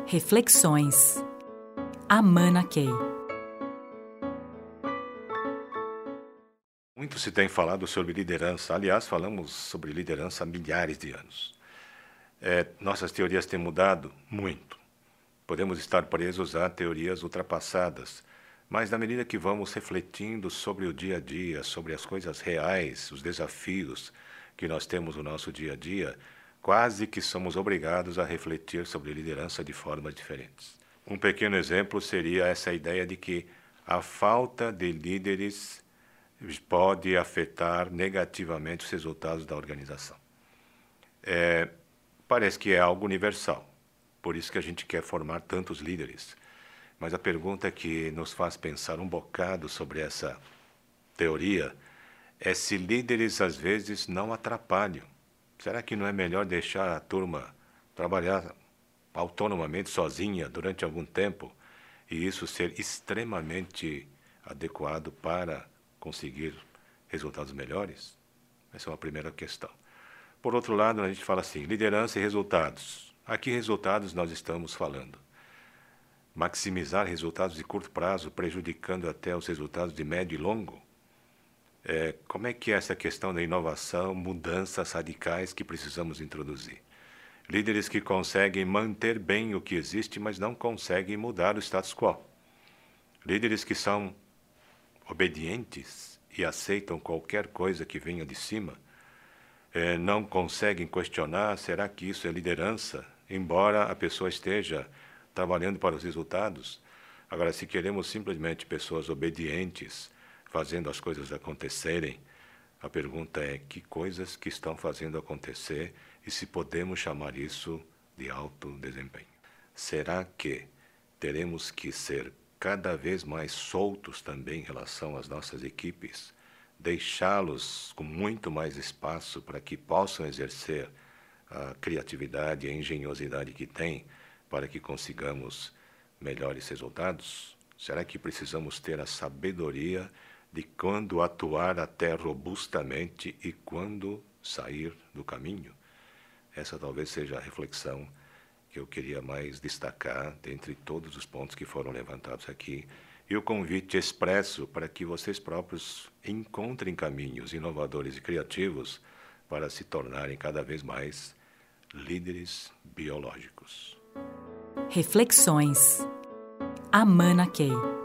Reflexões. Amana Key. Muito se tem falado sobre liderança. Aliás, falamos sobre liderança há milhares de anos. Nossas teorias têm mudado muito. Podemos estar presos a teorias ultrapassadas, mas na medida que vamos refletindo sobre o dia a dia, sobre as coisas reais, os desafios que nós temos no nosso dia a dia, quase que somos obrigados a refletir sobre liderança de formas diferentes. Um pequeno exemplo seria essa ideia de que a falta de líderes pode afetar negativamente os resultados da organização. Parece que é algo universal, por isso que a gente quer formar tantos líderes. Mas a pergunta que nos faz pensar um bocado sobre essa teoria é se líderes às vezes não atrapalham. Será que não é melhor deixar a turma trabalhar autonomamente, sozinha, durante algum tempo, e isso ser extremamente adequado para conseguir resultados melhores? Essa é uma primeira questão. Por outro lado, a gente fala assim, liderança e resultados. A que resultados nós estamos falando? Maximizar resultados de curto prazo, prejudicando até os resultados de médio e longo? Como é que é essa questão da inovação, mudanças radicais que precisamos introduzir? Líderes que conseguem manter bem o que existe, mas não conseguem mudar o status quo. Líderes que são obedientes e aceitam qualquer coisa que venha de cima, não conseguem questionar, será que isso é liderança? Embora a pessoa esteja trabalhando para os resultados. Agora, se queremos simplesmente pessoas obedientes, fazendo as coisas acontecerem, a pergunta é que coisas que estão fazendo acontecer e se podemos chamar isso de alto desempenho. Será que teremos que ser cada vez mais soltos também em relação às nossas equipes, deixá-los com muito mais espaço para que possam exercer a criatividade e a engenhosidade que têm para que consigamos melhores resultados? Será que precisamos ter a sabedoria de quando atuar até robustamente e quando sair do caminho? Essa talvez seja a reflexão que eu queria mais destacar dentre todos os pontos que foram levantados aqui, e o convite expresso para que vocês próprios encontrem caminhos inovadores e criativos para se tornarem cada vez mais líderes biológicos. Reflexões. Amana Key.